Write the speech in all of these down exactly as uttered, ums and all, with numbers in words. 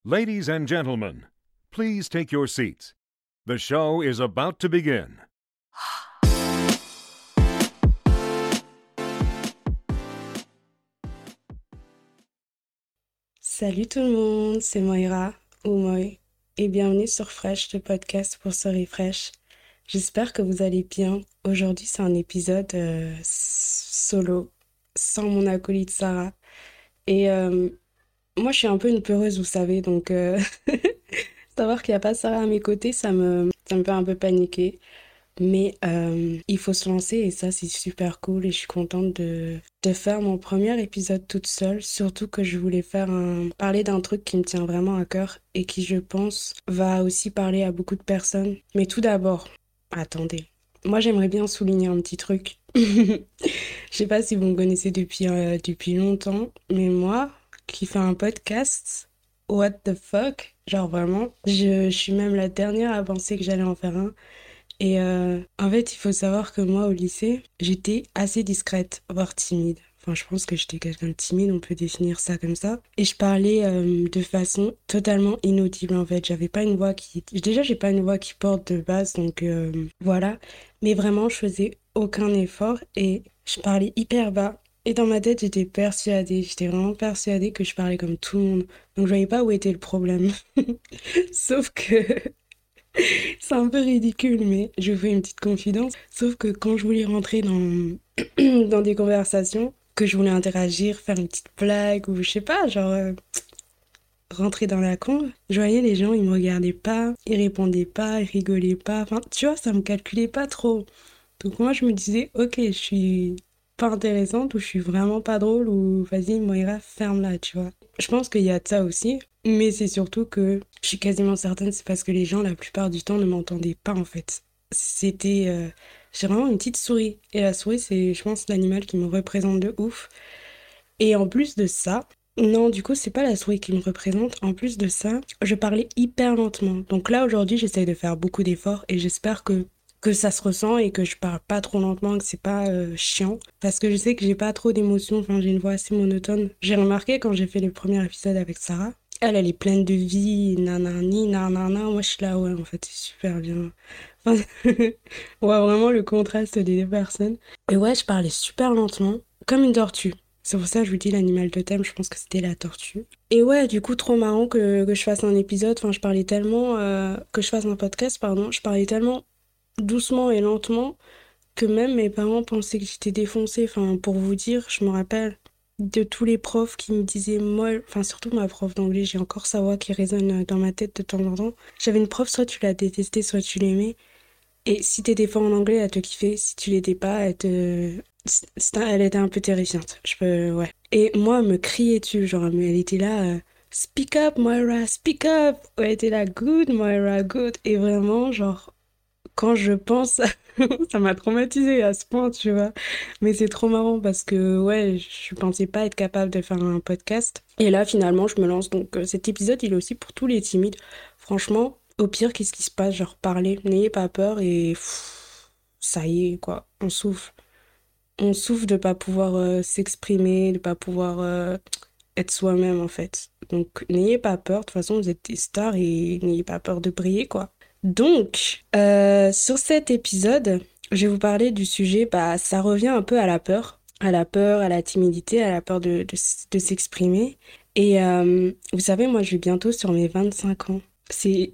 Ladies and gentlemen, please take your seats. The show is about to begin. Salut tout le monde, c'est Moira, ou Moy, et bienvenue sur Fresh, le podcast pour se refresh. J'espère que vous allez bien. Aujourd'hui, c'est un épisode euh, solo, sans mon acolyte Sarah. Et euh, moi, je suis un peu une peureuse, vous savez, donc euh, savoir qu'il n'y a pas Sarah à mes côtés, ça me, ça me fait un peu paniquer. Mais euh, il faut se lancer et ça, c'est super cool et je suis contente de, de faire mon premier épisode toute seule. Surtout que je voulais faire un, parler d'un truc qui me tient vraiment à cœur et qui, je pense, va aussi parler à beaucoup de personnes. Mais tout d'abord, attendez, moi j'aimerais bien souligner un petit truc. Je sais pas si vous me connaissez depuis, euh, depuis longtemps, mais moi qui fais un podcast, what the fuck? Genre vraiment, je, je suis même la dernière à penser que j'allais en faire un. Et euh, en fait, il faut savoir que moi, au lycée, j'étais assez discrète, voire timide. Enfin, je pense que j'étais quelqu'un de timide, on peut définir ça comme ça. Et je parlais euh, de façon totalement inaudible, en fait. J'avais pas une voix qui... Déjà, j'ai pas une voix qui porte de base, donc euh, voilà. Mais vraiment, je faisais aucun effort et je parlais hyper bas. Et dans ma tête, j'étais persuadée, j'étais vraiment persuadée que je parlais comme tout le monde. Donc, je voyais pas où était le problème. Sauf que... C'est un peu ridicule, mais je vous fais une petite confidence. Sauf que quand je voulais rentrer dans, dans des conversations, que je voulais interagir, faire une petite blague ou je sais pas, genre euh, rentrer dans la con, je voyais les gens, ils me regardaient pas, ils répondaient pas, ils rigolaient pas. Enfin, tu vois, ça me calculait pas trop. Donc moi, je me disais, ok, je suis pas intéressante ou je suis vraiment pas drôle ou vas-y, Moira, ferme-la, tu vois. Je pense qu'il y a de ça aussi, mais c'est surtout que je suis quasiment certaine, c'est parce que les gens, la plupart du temps, ne m'entendaient pas en fait. C'était. euh, J'ai vraiment une petite souris. Et la souris, c'est, je pense, l'animal qui me représente de ouf. Et en plus de ça, non, du coup, c'est pas la souris qui me représente. En plus de ça, je parlais hyper lentement. Donc là, aujourd'hui, j'essaye de faire beaucoup d'efforts et j'espère que que ça se ressent et que je parle pas trop lentement, que c'est pas euh, chiant. Parce que je sais que j'ai pas trop d'émotions, enfin, j'ai une voix assez monotone. J'ai remarqué quand j'ai fait le premier épisode avec Sarah, elle, elle est pleine de vie, nanani, nanana. Moi, je suis là, ouais, en fait, c'est super bien. Enfin, on voit vraiment le contraste des deux personnes. Et ouais, je parlais super lentement, comme une tortue. C'est pour ça que je vous dis l'animal totem, je pense que c'était la tortue. Et ouais, du coup, trop marrant que, que je fasse un épisode. Enfin, je parlais tellement... euh, que je fasse un podcast, pardon. Je parlais tellement doucement et lentement que même mes parents pensaient que j'étais défoncée. Enfin, pour vous dire, je me rappelle de tous les profs qui me disaient molle, enfin surtout ma prof d'anglais, j'ai encore sa voix qui résonne dans ma tête de temps en temps. J'avais une prof, soit tu la détestais, soit tu l'aimais. Et si t'étais fort en anglais, elle te kiffait. Si tu l'étais pas, elle te... c'était- elle était un peu terrifiante. Je peux... Ouais. Et moi, elle me criait dessus, genre, elle elle était là... euh, Speak up, Moira, speak up! Ouais, elle était là, good, Moira, good. Et vraiment, genre, quand je pense, ça m'a traumatisée à ce point, tu vois. Mais c'est trop marrant parce que, ouais, je pensais pas être capable de faire un podcast. Et là, finalement, je me lance. Donc, euh, cet épisode, il est aussi pour tous les timides. Franchement, au pire, qu'est-ce qui se passe? Genre, parlez, n'ayez pas peur et pff, ça y est, quoi. On souffle. On souffre de pas pouvoir euh, s'exprimer, de pas pouvoir euh, être soi-même, en fait. Donc, n'ayez pas peur. De toute façon, vous êtes des stars et n'ayez pas peur de briller, quoi. Donc, euh, sur cet épisode, je vais vous parler du sujet, bah, ça revient un peu à la peur, à la peur, à la timidité, à la peur de, de, s- de s'exprimer. Et euh, vous savez, moi, je vais bientôt sur mes vingt-cinq ans. C'est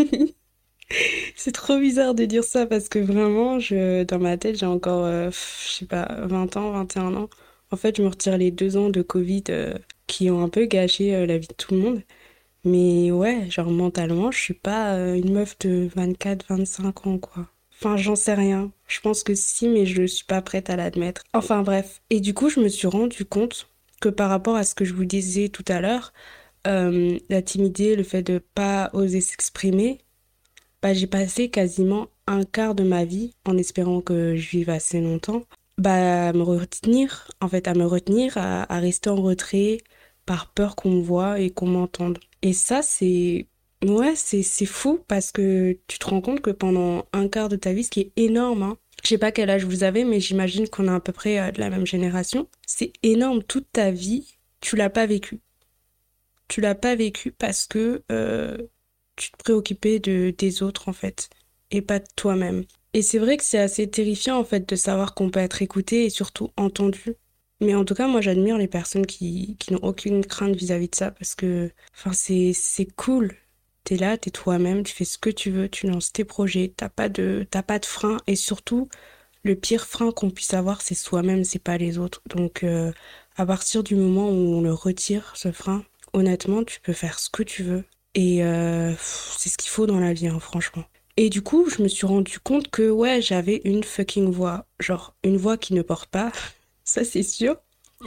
c'est trop bizarre de dire ça parce que vraiment, je, dans ma tête, j'ai encore, euh, pff, je sais pas, vingt ans, vingt et un ans. En fait, je me retire les deux ans de Covid euh, qui ont un peu gâché euh, la vie de tout le monde. Mais ouais, genre mentalement, je suis pas euh, une meuf de vingt-quatre, vingt-cinq ans, quoi. Enfin, j'en sais rien. Je pense que si, mais je suis pas prête à l'admettre. Enfin bref. Et du coup, je me suis rendu compte que par rapport à ce que je vous disais tout à l'heure, euh, la timidité, le fait de pas oser s'exprimer, bah j'ai passé quasiment un quart de ma vie, en espérant que je vive assez longtemps, bah à me retenir, en fait, à me retenir, à, à rester en retrait par peur qu'on me voit et qu'on m'entende. Et ça, c'est... Ouais, c'est c'est fou parce que tu te rends compte que pendant un quart de ta vie, ce qui est énorme, hein, je sais pas quel âge vous avez, mais j'imagine qu'on est à peu près euh, de la même génération, c'est énorme, toute ta vie, tu l'as pas vécu. tu l'as pas vécu parce que euh, tu te préoccupais de, des autres, en fait, et pas de toi-même. Et c'est vrai que c'est assez terrifiant, en fait, de savoir qu'on peut être écouté et surtout entendu. Mais en tout cas, moi, j'admire les personnes qui, qui n'ont aucune crainte vis-à-vis de ça parce que, enfin, c'est, c'est cool. T'es là, t'es toi-même, tu fais ce que tu veux, tu lances tes projets, t'as pas de, t'as pas de frein et surtout, le pire frein qu'on puisse avoir, c'est soi-même, c'est pas les autres. Donc, euh, à partir du moment où on le retire, ce frein, honnêtement, tu peux faire ce que tu veux. Et euh, pff, c'est ce qu'il faut dans la vie, hein, franchement. Et du coup, je me suis rendu compte que, ouais, j'avais une fucking voix. Genre, une voix qui ne porte pas, ça c'est sûr.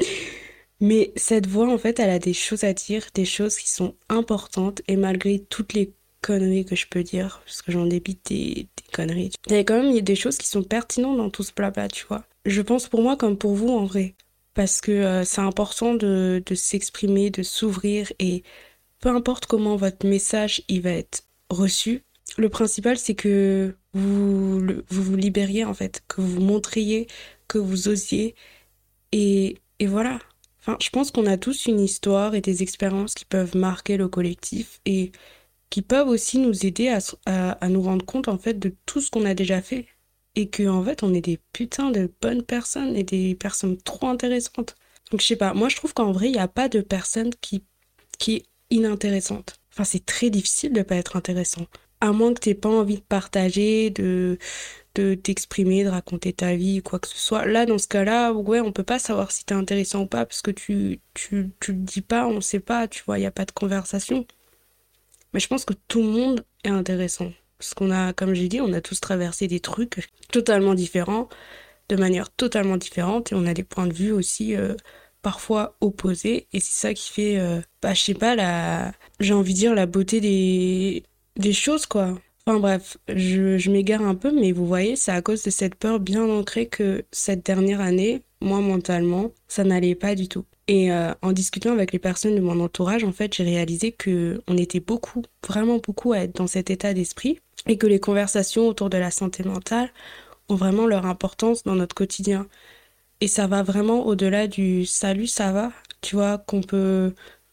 Mais cette voix, en fait, elle a des choses à dire, des choses qui sont importantes. Et malgré toutes les conneries que je peux dire, parce que j'en débite des, des conneries, il y a quand même il y a des choses qui sont pertinentes dans tout ce blabla, tu vois. Je pense pour moi comme pour vous, en vrai. Parce que euh, c'est important de, de s'exprimer, de s'ouvrir. Et peu importe comment votre message il va être reçu, le principal, c'est que vous, le- vous vous libériez, en fait. Que vous montriez, que vous osiez. Et, et voilà. Enfin, je pense qu'on a tous une histoire et des expériences qui peuvent marquer le collectif et qui peuvent aussi nous aider à, s- à, à nous rendre compte en fait de tout ce qu'on a déjà fait. Et que en fait, on est des putains de bonnes personnes et des personnes trop intéressantes. Donc je sais pas, moi je trouve qu'en vrai, il n'y a pas de personne qui, qui est inintéressante. Enfin, c'est très difficile de pas être intéressant. À moins que t'aies pas envie de partager, de de t'exprimer, de raconter ta vie, quoi que ce soit. Là, dans ce cas-là, ouais, on peut pas savoir si t'es intéressant ou pas, parce que tu, tu, tu le dis pas, on sait pas, tu vois, il y a pas de conversation. Mais je pense que tout le monde est intéressant. Parce qu'on a, comme j'ai dit, on a tous traversé des trucs totalement différents, de manière totalement différente, et on a des points de vue aussi euh, parfois opposés, et c'est ça qui fait, euh, bah, je sais pas, la, j'ai envie de dire la beauté des, des choses, quoi. Enfin bref, je, je m'égare un peu, mais vous voyez, c'est à cause de cette peur bien ancrée que cette dernière année, moi mentalement, ça n'allait pas du tout. Et euh, en discutant avec les personnes de mon entourage, en fait, j'ai réalisé que on était beaucoup, vraiment beaucoup à être dans cet état d'esprit et que les conversations autour de la santé mentale ont vraiment leur importance dans notre quotidien. Et ça va vraiment au-delà du salut, ça va, tu vois, qu'on peut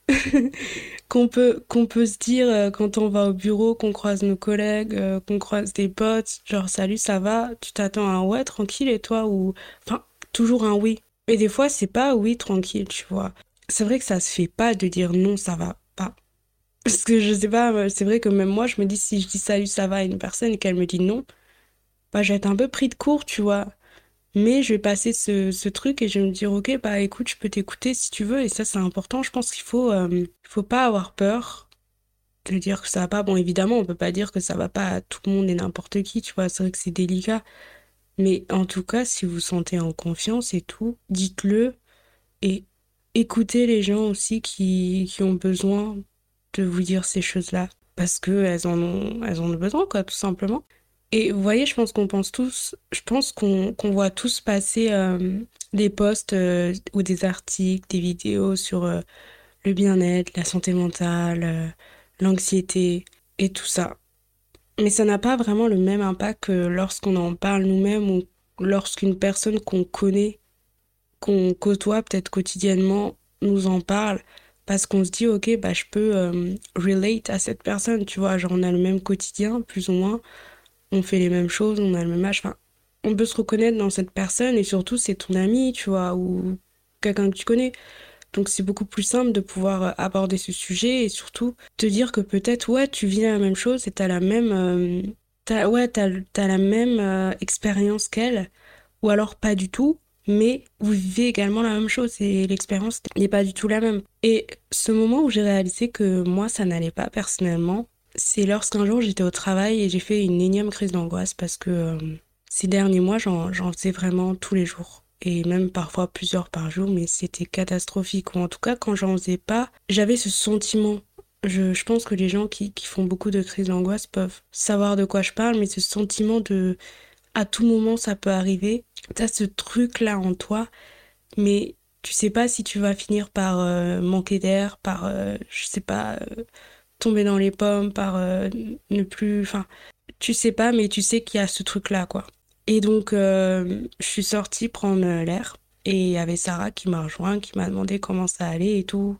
qu'on peut qu'on peut se dire euh, quand on va au bureau, qu'on croise nos collègues, euh, qu'on croise des potes, genre salut, ça va, tu t'attends à un ouais, tranquille et toi ou enfin toujours un oui. Et des fois, c'est pas oui, tranquille, tu vois. C'est vrai que ça se fait pas de dire non, ça va pas. Parce que je sais pas, euh, c'est vrai que même moi, je me dis si je dis salut, ça va à une personne et qu'elle me dit non, bah je vais être un peu pris de court, tu vois. Mais je vais passer ce, ce truc et je vais me dire, ok, bah écoute, je peux t'écouter si tu veux. Et ça, c'est important. Je pense qu'il faut, euh, il faut pas avoir peur de dire que ça va pas. Bon, évidemment, on peut pas dire que ça va pas à tout le monde et n'importe qui, tu vois. C'est vrai que c'est délicat. Mais en tout cas, si vous vous sentez en confiance et tout, dites-le et écoutez les gens aussi qui, qui ont besoin de vous dire ces choses-là. Parce que elles en ont, elles en ont besoin, quoi, tout simplement. Et vous voyez, je pense qu'on pense tous, je pense qu'on qu'on voit tous passer euh, des posts euh, ou des articles, des vidéos sur euh, le bien-être, la santé mentale, euh, l'anxiété et tout ça. Mais ça n'a pas vraiment le même impact que lorsqu'on en parle nous-mêmes ou lorsqu'une personne qu'on connaît, qu'on côtoie peut-être quotidiennement, nous en parle. Parce qu'on se dit, ok, bah, je peux euh, relate à cette personne, tu vois, genre on a le même quotidien, plus ou moins on fait les mêmes choses, on a le même âge. Enfin, on peut se reconnaître dans cette personne et surtout c'est ton ami, tu vois, ou quelqu'un que tu connais. Donc c'est beaucoup plus simple de pouvoir euh, aborder ce sujet et surtout te dire que peut-être, ouais, tu vis la même chose et t'as la même, euh, t'as, ouais, t'as, t'as la même euh, expérience qu'elle, ou alors pas du tout, mais vous vivez également la même chose et l'expérience n'est pas du tout la même. Et ce moment où j'ai réalisé que moi, ça n'allait pas personnellement, c'est lorsqu'un jour j'étais au travail et j'ai fait une énième crise d'angoisse parce que euh, ces derniers mois, j'en, j'en faisais vraiment tous les jours. Et même parfois plusieurs par jour, mais c'était catastrophique. Ou en tout cas, quand j'en faisais pas, j'avais ce sentiment. Je, je pense que les gens qui, qui font beaucoup de crises d'angoisse peuvent savoir de quoi je parle, mais ce sentiment de à tout moment ça peut arriver. T'as ce truc-là en toi, mais tu sais pas si tu vas finir par euh, manquer d'air, par, euh, je sais pas, euh, tomber dans les pommes, par euh, ne plus... Enfin, tu sais pas, mais tu sais qu'il y a ce truc-là, quoi. Et donc, euh, je suis sortie prendre euh, l'air, et il y avait Sarah qui m'a rejoint, qui m'a demandé comment ça allait et tout.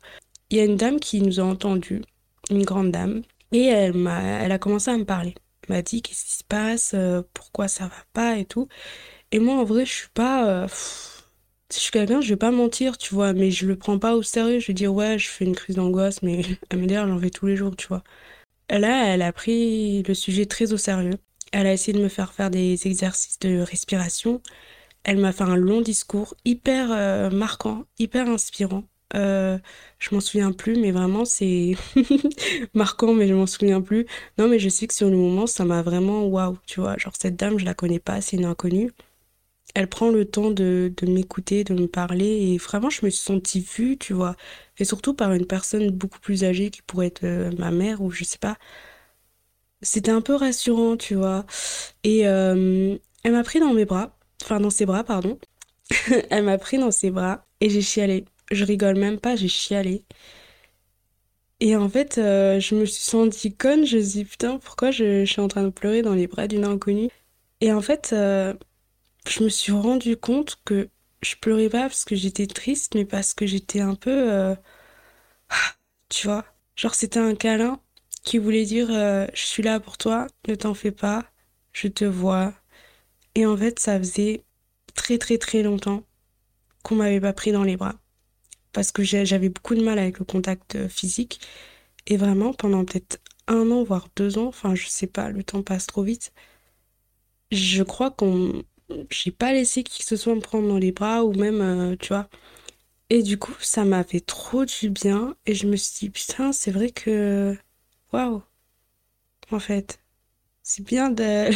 il y a une dame qui nous a entendus, une grande dame, et elle m'a, elle a commencé à me parler. Elle m'a dit qu'est-ce qui se passe, euh, pourquoi ça va pas et tout. Et moi, en vrai, je suis pas... euh, pff, si je suis quelqu'un, je vais pas mentir, tu vois, mais je le prends pas au sérieux. Je vais dire, ouais, je fais une crise d'angoisse, mais elle me dit, j'en fais tous les jours, tu vois. Là, elle a pris le sujet très au sérieux. Elle a essayé de me faire faire des exercices de respiration. Elle m'a fait un long discours hyper euh, marquant, hyper inspirant. Euh, je m'en souviens plus, mais vraiment, c'est marquant, mais je m'en souviens plus. Non, mais je sais que sur le moment, ça m'a vraiment waouh, tu vois. Genre, cette dame, je la connais pas, c'est une inconnue. Elle prend le temps de, de m'écouter, de me parler, et vraiment, je me suis sentie vue, tu vois. Et surtout par une personne beaucoup plus âgée qui pourrait être euh, ma mère ou je sais pas. C'était un peu rassurant, tu vois. Et euh, elle m'a pris dans mes bras, enfin dans ses bras, pardon. Elle m'a pris dans ses bras et j'ai chialé. Je rigole même pas, j'ai chialé. Et en fait, euh, je me suis sentie conne. Je me suis dit, putain, pourquoi je, je suis en train de pleurer dans les bras d'une inconnue? Et en fait, euh, je me suis rendu compte que je pleurais pas parce que j'étais triste, mais parce que j'étais un peu, euh, tu vois, genre c'était un câlin qui voulait dire, euh, je suis là pour toi, ne t'en fais pas, je te vois. Et en fait, ça faisait très très très longtemps qu'on m'avait pas pris dans les bras. Parce que j'ai- j'avais beaucoup de mal avec le contact euh, physique. Et vraiment, pendant peut-être un an, voire deux ans, enfin, je sais pas, le temps passe trop vite. Je crois qu'on... J'ai pas laissé qui que ce soit me prendre dans les bras ou même, euh, tu vois. Et du coup, ça m'a fait trop du bien. Et je me suis dit, putain, c'est vrai que... Waouh, en fait. C'est bien de...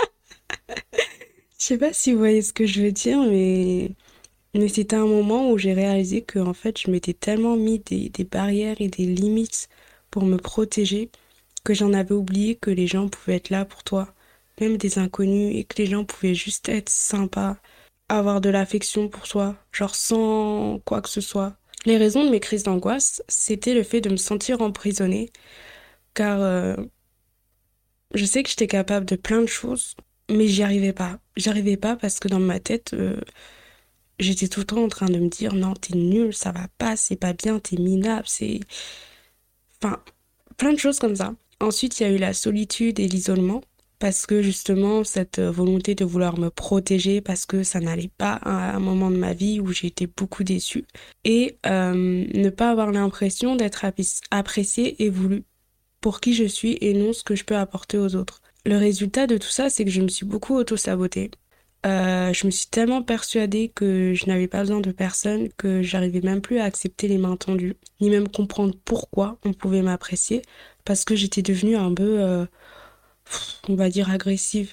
Je sais pas si vous voyez ce que je veux dire, mais... Mais c'était un moment où j'ai réalisé que en fait, je m'étais tellement mis des, des barrières et des limites pour me protéger que j'en avais oublié que les gens pouvaient être là pour toi, même des inconnus, et que les gens pouvaient juste être sympas, avoir de l'affection pour toi, genre sans quoi que ce soit. Les raisons de mes crises d'angoisse, c'était le fait de me sentir emprisonnée, car euh, je sais que j'étais capable de plein de choses, mais j'y arrivais pas. J'y arrivais pas parce que dans ma tête, euh, j'étais tout le temps en train de me dire non, t'es nul, ça va pas, c'est pas bien, t'es minable, c'est... Enfin, plein de choses comme ça. Ensuite, il y a eu la solitude et l'isolement, parce que justement, cette euh, volonté de vouloir me protéger, parce que ça n'allait pas à un moment de ma vie où j'ai été beaucoup déçue, et euh, ne pas avoir l'impression d'être appé- appréciée et voulue pour qui je suis et non ce que je peux apporter aux autres. Le résultat de tout ça, c'est que je me suis beaucoup auto-sabotée. Euh, je me suis tellement persuadée que je n'avais pas besoin de personne que j'arrivais même plus à accepter les mains tendues, ni même comprendre pourquoi on pouvait m'apprécier, parce que j'étais devenue un peu, euh, on va dire, agressive.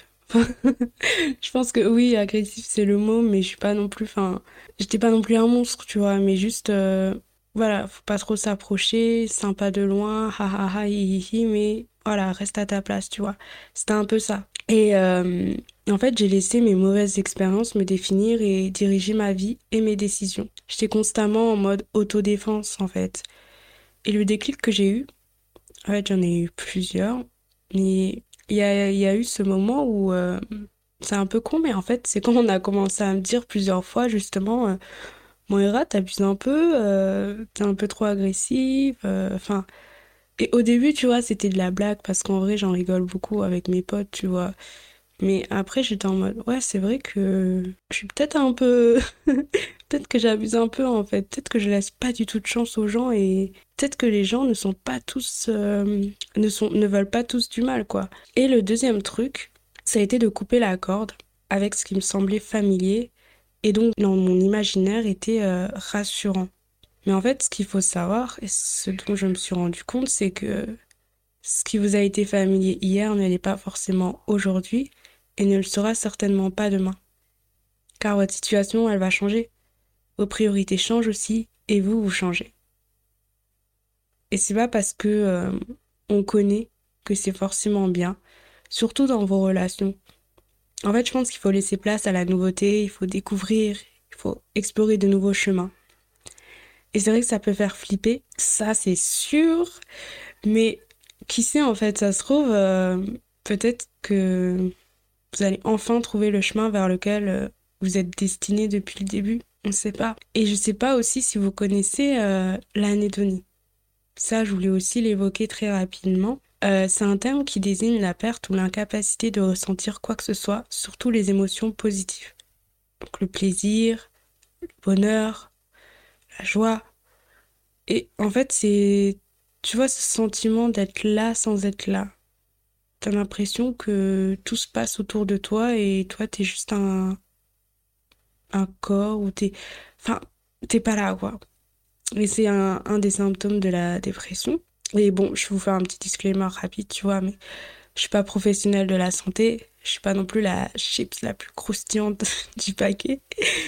Je pense que oui, agressive c'est le mot, mais je suis pas non plus, enfin, j'étais pas non plus un monstre, tu vois, mais juste, euh, voilà, faut pas trop s'approcher, sympa de loin, ha ha ha, hi hi hi, mais voilà, reste à ta place, tu vois. C'était un peu ça. Et euh, en fait, j'ai laissé mes mauvaises expériences me définir et diriger ma vie et mes décisions. J'étais constamment en mode autodéfense, en fait. Et le déclic que j'ai eu, en fait, j'en ai eu plusieurs, mais il y a, il y a eu ce moment où, euh, c'est un peu con, mais en fait, c'est quand on a commencé à me dire plusieurs fois, justement, euh, Moira, t'abuses un peu, euh, t'es un peu trop agressive, euh, enfin... Et au début, tu vois, c'était de la blague, parce qu'en vrai, j'en rigole beaucoup avec mes potes, tu vois. Mais après, j'étais en mode, ouais, c'est vrai que je suis peut-être un peu... Peut-être que j'abuse un peu, en fait. Peut-être que je laisse pas du tout de chance aux gens et peut-être que les gens ne sont pas tous... euh, ne sont, ne veulent pas tous du mal, quoi. Et le deuxième truc, ça a été de couper la corde avec ce qui me semblait familier et donc dans mon imaginaire était euh, rassurant. Mais en fait, ce qu'il faut savoir et ce dont je me suis rendu compte, c'est que ce qui vous a été familier hier ne l'est pas forcément aujourd'hui et ne le sera certainement pas demain. Car votre situation, elle va changer. Vos priorités changent aussi et vous, vous changez. Et c'est pas parce que euh, on connaît que c'est forcément bien, surtout dans vos relations. En fait, je pense qu'il faut laisser place à la nouveauté, il faut découvrir, il faut explorer de nouveaux chemins. Et c'est vrai que ça peut faire flipper, ça c'est sûr, mais qui sait en fait, ça se trouve, euh, peut-être que vous allez enfin trouver le chemin vers lequel euh, vous êtes destiné depuis le début. On ne sait pas. Et je sais pas aussi si vous connaissez euh, l'anédonie. ça, je voulais aussi l'évoquer très rapidement. Euh, c'est un terme qui désigne la perte ou l'incapacité de ressentir quoi que ce soit, surtout les émotions positives. Donc le plaisir, le bonheur, la joie. Et en fait, c'est, tu vois, ce sentiment d'être là sans être là. T'as l'impression que tout se passe autour de toi et toi, t'es juste un, un corps ou t'es, enfin, t'es pas là, quoi. Et c'est un, un des symptômes de la dépression. Et bon, je vais vous faire un petit disclaimer rapide, tu vois, mais je suis pas professionnelle de la santé. Je suis pas non plus la chips la plus croustillante du paquet.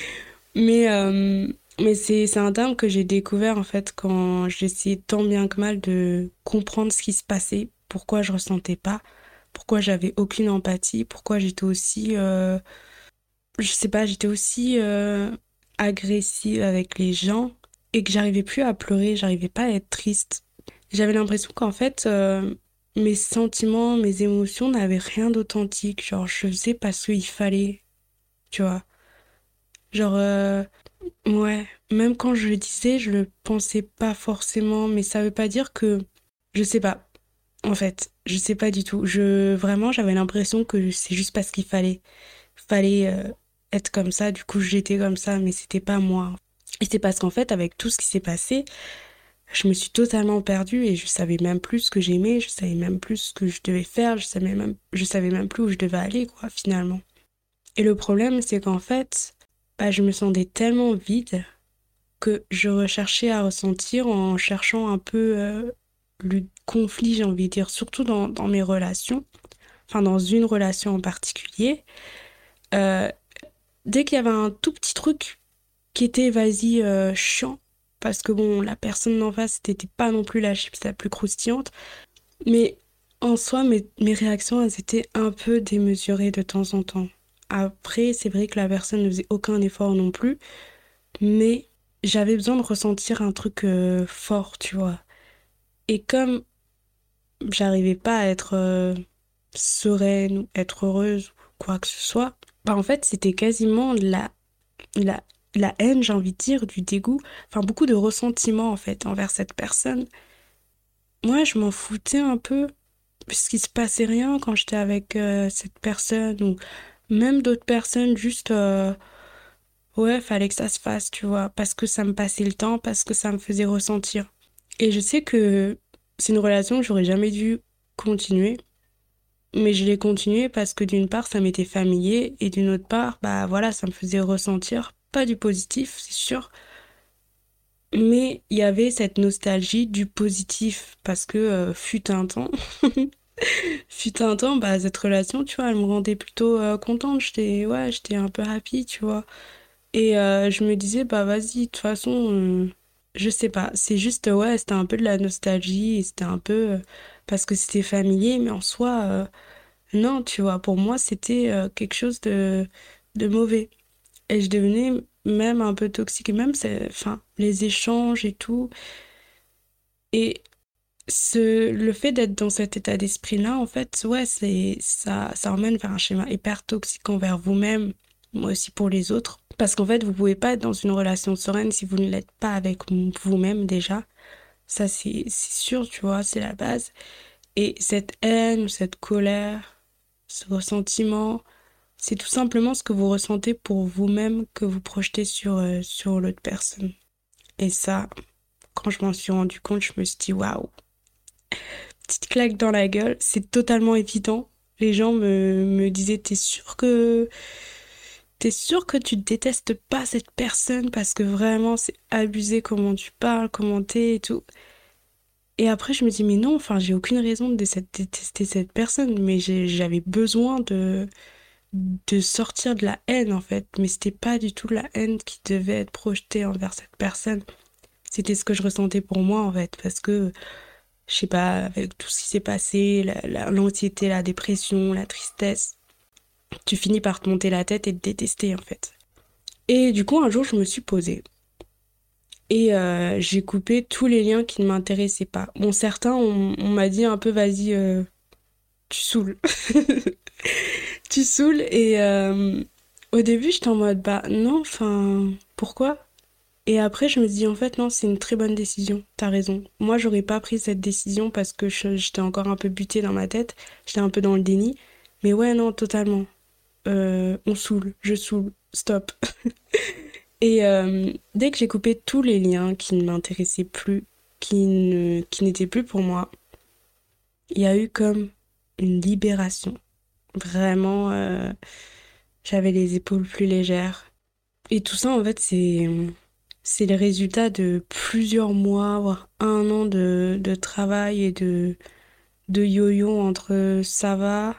Mais, euh, mais c'est, c'est un terme que j'ai découvert, en fait, quand j'essayais tant bien que mal de comprendre ce qui se passait, pourquoi je ressentais pas, pourquoi j'avais aucune empathie, pourquoi j'étais aussi, euh, je sais pas, j'étais aussi euh, agressive avec les gens et que j'arrivais plus à pleurer, j'arrivais pas à être triste. J'avais l'impression qu'en fait, euh, mes sentiments, mes émotions n'avaient rien d'authentique. Genre, je faisais parce qu'il fallait, tu vois. Genre, euh, ouais, même quand je le disais, je le pensais pas forcément, mais ça veut pas dire que, je sais pas. En fait, je sais pas du tout. Je, vraiment, j'avais l'impression que c'est juste parce qu'il fallait. Fallait euh, être comme ça, du coup j'étais comme ça, mais c'était pas moi. Et c'est parce qu'en fait, avec tout ce qui s'est passé, je me suis totalement perdue et je savais même plus ce que j'aimais, je savais même plus ce que je devais faire, je savais même, je savais même plus où je devais aller, quoi, finalement. Et le problème, c'est qu'en fait, bah, je me sentais tellement vide que je recherchais à ressentir en cherchant un peu euh, le conflit, j'ai envie de dire, surtout dans, dans mes relations, enfin dans une relation en particulier. Euh, Dès qu'il y avait un tout petit truc qui était, vas-y, euh, chiant, parce que bon, la personne d'en face, c'était pas non plus la chips la plus croustillante, mais en soi, mes, mes réactions, elles étaient un peu démesurées de temps en temps. Après, c'est vrai que la personne ne faisait aucun effort non plus, mais j'avais besoin de ressentir un truc euh, fort, tu vois. Et comme j'arrivais pas à être euh, sereine ou être heureuse ou quoi que ce soit, bah en fait, c'était quasiment de la la, la haine, j'ai envie de dire, du dégoût, enfin beaucoup de ressentiment en fait envers cette personne. Moi, je m'en foutais un peu parce qu'il se passait rien quand j'étais avec euh, cette personne ou même d'autres personnes, juste euh, ouais, fallait que ça se fasse, tu vois, parce que ça me passait le temps, parce que ça me faisait ressentir. Et je sais que c'est une relation que j'aurais jamais dû continuer, mais je l'ai continuée parce que d'une part, ça m'était familier et d'une autre part, bah voilà, ça me faisait ressentir pas du positif, c'est sûr. Mais il y avait cette nostalgie du positif parce que euh, fut un temps, fut un temps, bah cette relation, tu vois, elle me rendait plutôt euh, contente. J'étais, ouais, j'étais un peu happy, tu vois. Et euh, je me disais, bah vas-y, de toute façon, euh, je sais pas, c'est juste, ouais, c'était un peu de la nostalgie et c'était un peu euh, parce que c'était familier, mais en soi, euh, non, tu vois, pour moi, c'était euh, quelque chose de, de mauvais. Et je devenais même un peu toxique, et même, c'est, enfin, les échanges et tout. Et ce, le fait d'être dans cet état d'esprit-là, en fait, ouais, c'est, ça, ça emmène vers un schéma hyper toxique envers vous-même, mais aussi pour les autres. Parce qu'en fait, vous pouvez pas être dans une relation sereine si vous ne l'êtes pas avec vous-même déjà. Ça, c'est, c'est sûr, tu vois, c'est la base. Et cette haine, ou cette colère, ce ressentiment, c'est tout simplement ce que vous ressentez pour vous-même que vous projetez sur, euh, sur l'autre personne. Et ça, quand je m'en suis rendu compte, je me suis dit, waouh, petite claque dans la gueule, c'est totalement évident. Les gens me, me disaient, t'es sûr que, t'es sûr que tu détestes pas cette personne parce que vraiment c'est abusé comment tu parles, comment t'es et tout. Et après je me dis, mais non, enfin j'ai aucune raison de dé- détester cette personne, mais j'ai- j'avais besoin de, de sortir de la haine en fait. Mais c'était pas du tout la haine qui devait être projetée envers cette personne. C'était ce que je ressentais pour moi en fait, parce que je sais pas, avec tout ce qui s'est passé, la- la- l'anxiété, la dépression, la tristesse, tu finis par te monter la tête et te détester en fait. Et du coup, un jour, je me suis posée et euh, j'ai coupé tous les liens qui ne m'intéressaient pas. Bon, certains, on, on m'a dit un peu, vas-y, euh, tu saoules. Tu saoules et euh, au début, j'étais en mode, bah non, enfin, pourquoi? Et après, je me dis, en fait, non, c'est une très bonne décision. T'as raison. Moi, j'aurais pas pris cette décision parce que je- j'étais encore un peu butée dans ma tête. J'étais un peu dans le déni. Mais ouais, non, totalement. Euh, on saoule, je saoule, stop. Et euh, dès que j'ai coupé tous les liens qui ne m'intéressaient plus, qui ne, qui n'étaient plus pour moi, il y a eu comme une libération. Vraiment, euh, j'avais les épaules plus légères. Et tout ça, en fait, c'est, c'est le résultat de plusieurs mois, voire un an de, de travail et de, de yo-yo entre ça va,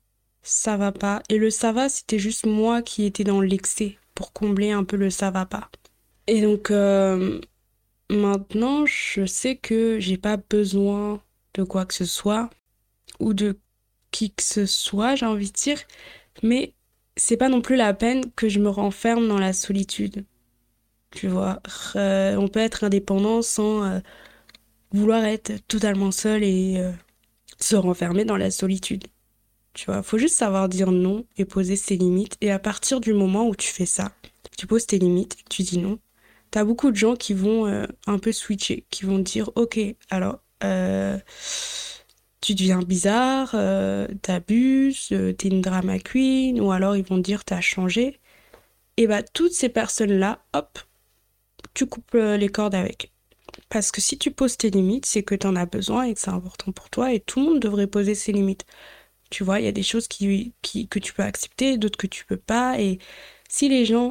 ça va pas. Et le ça va, c'était juste moi qui étais dans l'excès pour combler un peu le ça va pas. Et donc, euh, maintenant, je sais que j'ai pas besoin de quoi que ce soit ou de qui que ce soit, j'ai envie de dire, mais c'est pas non plus la peine que je me renferme dans la solitude. Tu vois, Euh, on peut être indépendant sans euh, vouloir être totalement seul et euh, se renfermer dans la solitude. Tu vois, faut juste savoir dire non et poser ses limites. Et à partir du moment où tu fais ça, tu poses tes limites, tu dis non, t'as beaucoup de gens qui vont euh, un peu switcher, qui vont dire, ok, alors, euh, tu deviens bizarre, euh, t'abuses, euh, t'es une drama queen, ou alors ils vont dire t'as changé. Et bah, toutes ces personnes-là, hop, tu coupes euh, les cordes avec. Parce que si tu poses tes limites, c'est que t'en as besoin et que c'est important pour toi, et tout le monde devrait poser ses limites. Tu vois, il y a des choses qui, qui, que tu peux accepter, d'autres que tu peux pas, et si les gens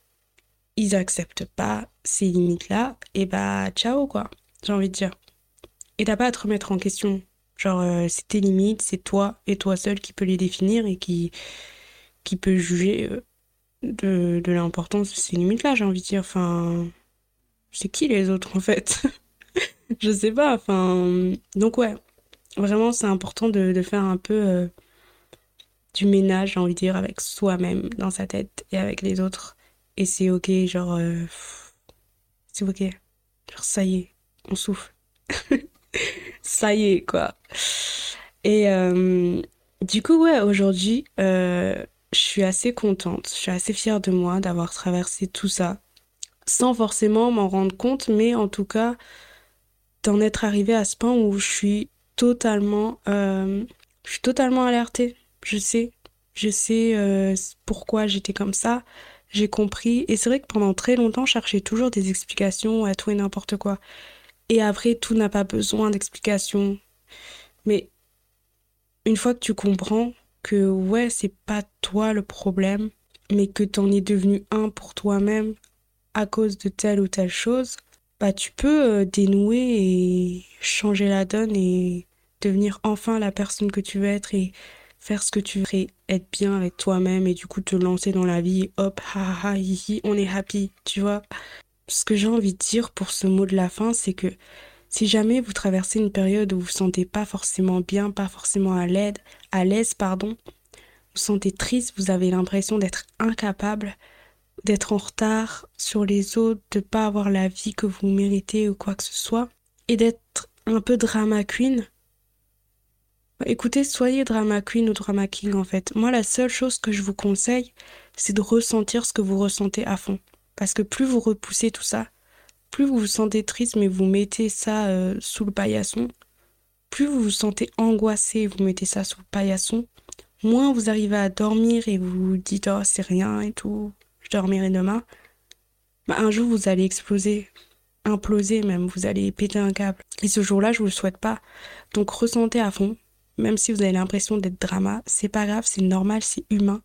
ils acceptent pas ces limites-là, et bah ciao quoi, j'ai envie de dire. Et t'as pas à te remettre en question. Genre, euh, c'est tes limites, c'est toi et toi seul qui peut les définir et qui, qui peut juger euh, de, de l'importance de ces limites-là, j'ai envie de dire. Enfin, c'est qui les autres en fait? Je sais pas, enfin. Donc ouais, vraiment c'est important de, de faire un peu euh, du ménage, j'ai envie de dire, avec soi-même dans sa tête et avec les autres. Et c'est ok, genre, euh, c'est ok. Genre, ça y est, on souffle. Ça y est, quoi. Et euh, du coup, ouais, aujourd'hui, euh, je suis assez contente, je suis assez fière de moi d'avoir traversé tout ça, sans forcément m'en rendre compte, mais en tout cas, d'en être arrivée à ce point où je suis totalement, euh, je suis totalement alertée. Je sais, je sais euh, pourquoi j'étais comme ça, j'ai compris. Et c'est vrai que pendant très longtemps, je cherchais toujours des explications à tout et n'importe quoi. Et après, tout n'a pas besoin d'explications. Mais une fois que tu comprends que ouais, c'est pas toi le problème, mais que t'en es devenu un pour toi-même à cause de telle ou telle chose, bah tu peux euh, dénouer et changer la donne et devenir enfin la personne que tu veux être et faire ce que tu veux et être bien avec toi-même et du coup te lancer dans la vie et hop, ha ha ha, hi hi, on est happy, tu vois. Ce que j'ai envie de dire pour ce mot de la fin, c'est que si jamais vous traversez une période où vous vous sentez pas forcément bien, pas forcément à l'aide, à l'aise, pardon, vous vous sentez triste, vous avez l'impression d'être incapable, d'être en retard sur les autres, de pas avoir la vie que vous méritez ou quoi que ce soit, et d'être un peu drama queen, bah, écoutez, soyez drama queen ou drama king en fait. Moi, la seule chose que je vous conseille, c'est de ressentir ce que vous ressentez à fond. Parce que plus vous repoussez tout ça, plus vous vous sentez triste, mais vous mettez ça euh, sous le paillasson, plus vous vous sentez angoissé et vous mettez ça sous le paillasson, moins vous arrivez à dormir et vous vous dites oh c'est rien et tout, je dormirai demain. Bah, un jour vous allez exploser, imploser même, vous allez péter un câble. Et ce jour-là, je vous le souhaite pas. Donc ressentez à fond, même si vous avez l'impression d'être drama, c'est pas grave, c'est normal, c'est humain.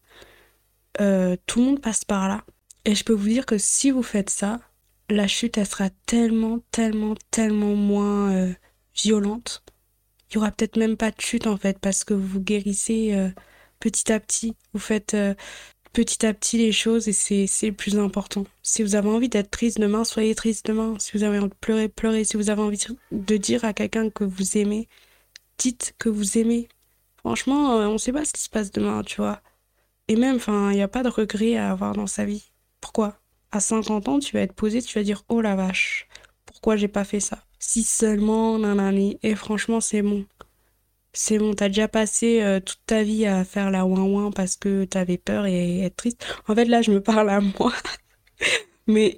Euh, tout le monde passe par là. Et je peux vous dire que si vous faites ça, la chute, elle sera tellement, tellement, tellement moins euh, violente. Il y aura peut-être même pas de chute en fait, parce que vous guérissez euh, petit à petit. Vous faites euh, petit à petit les choses et c'est, c'est le plus important. Si vous avez envie d'être triste demain, soyez triste demain. Si vous avez envie de pleurer, pleurez. Si vous avez envie de dire à quelqu'un que vous aimez, dites que vous aimez. Franchement, euh, on sait pas ce qui se passe demain, tu vois. Et même, enfin, il n'y a pas de regret à avoir dans sa vie. Pourquoi? À cinquante ans, tu vas être posé, tu vas dire, oh la vache, pourquoi j'ai pas fait ça? Si seulement, nanani. Et franchement, c'est bon. C'est bon, t'as déjà passé euh, toute ta vie à faire la ouin-ouin parce que t'avais peur et être triste. En fait, là, je me parle à moi. Mais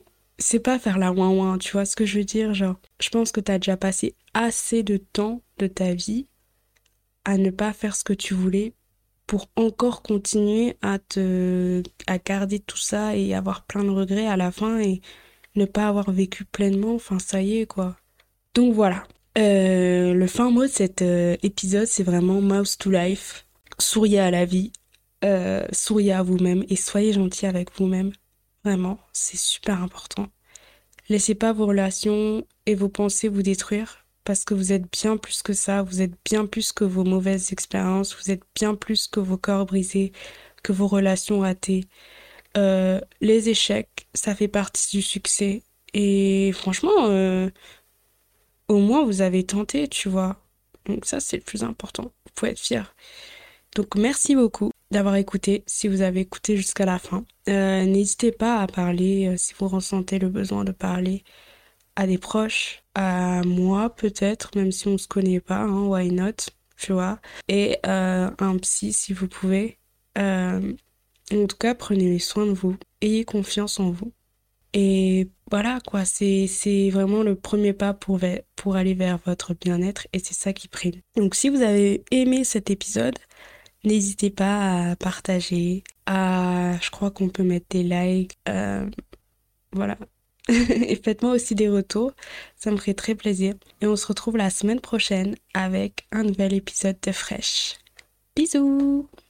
c'est pas faire la ouin ouin, tu vois ce que je veux dire? Genre, je pense que t'as déjà passé assez de temps de ta vie à ne pas faire ce que tu voulais pour encore continuer à te, à garder tout ça et avoir plein de regrets à la fin et ne pas avoir vécu pleinement. Enfin, ça y est, quoi. Donc voilà. Euh, le fin mot de cet euh, épisode, c'est vraiment Mouse to Life. Souriez à la vie, euh, souriez à vous-même et soyez gentil avec vous-même. Vraiment, c'est super important. Laissez pas vos relations et vos pensées vous détruire parce que vous êtes bien plus que ça, vous êtes bien plus que vos mauvaises expériences, vous êtes bien plus que vos corps brisés, que vos relations ratées. Euh, les échecs, ça fait partie du succès. Et franchement, euh, au moins vous avez tenté, tu vois. Donc ça, c'est le plus important. Vous pouvez être fiers. Donc merci beaucoup d'avoir écouté, si vous avez écouté jusqu'à la fin. Euh, n'hésitez pas à parler euh, si vous ressentez le besoin de parler à des proches, à moi peut-être, même si on se connaît pas, hein, why not, tu vois. Et euh, un psy si vous pouvez. Euh, en tout cas, prenez soin de vous, ayez confiance en vous. Et voilà quoi, c'est c'est vraiment le premier pas pour, ve- pour aller vers votre bien-être et c'est ça qui prime. Donc si vous avez aimé cet épisode, n'hésitez pas à partager, à, je crois qu'on peut mettre des likes, euh, voilà. Et faites-moi aussi des retours, ça me ferait très plaisir. Et on se retrouve la semaine prochaine avec un nouvel épisode de Fresh. Bisous!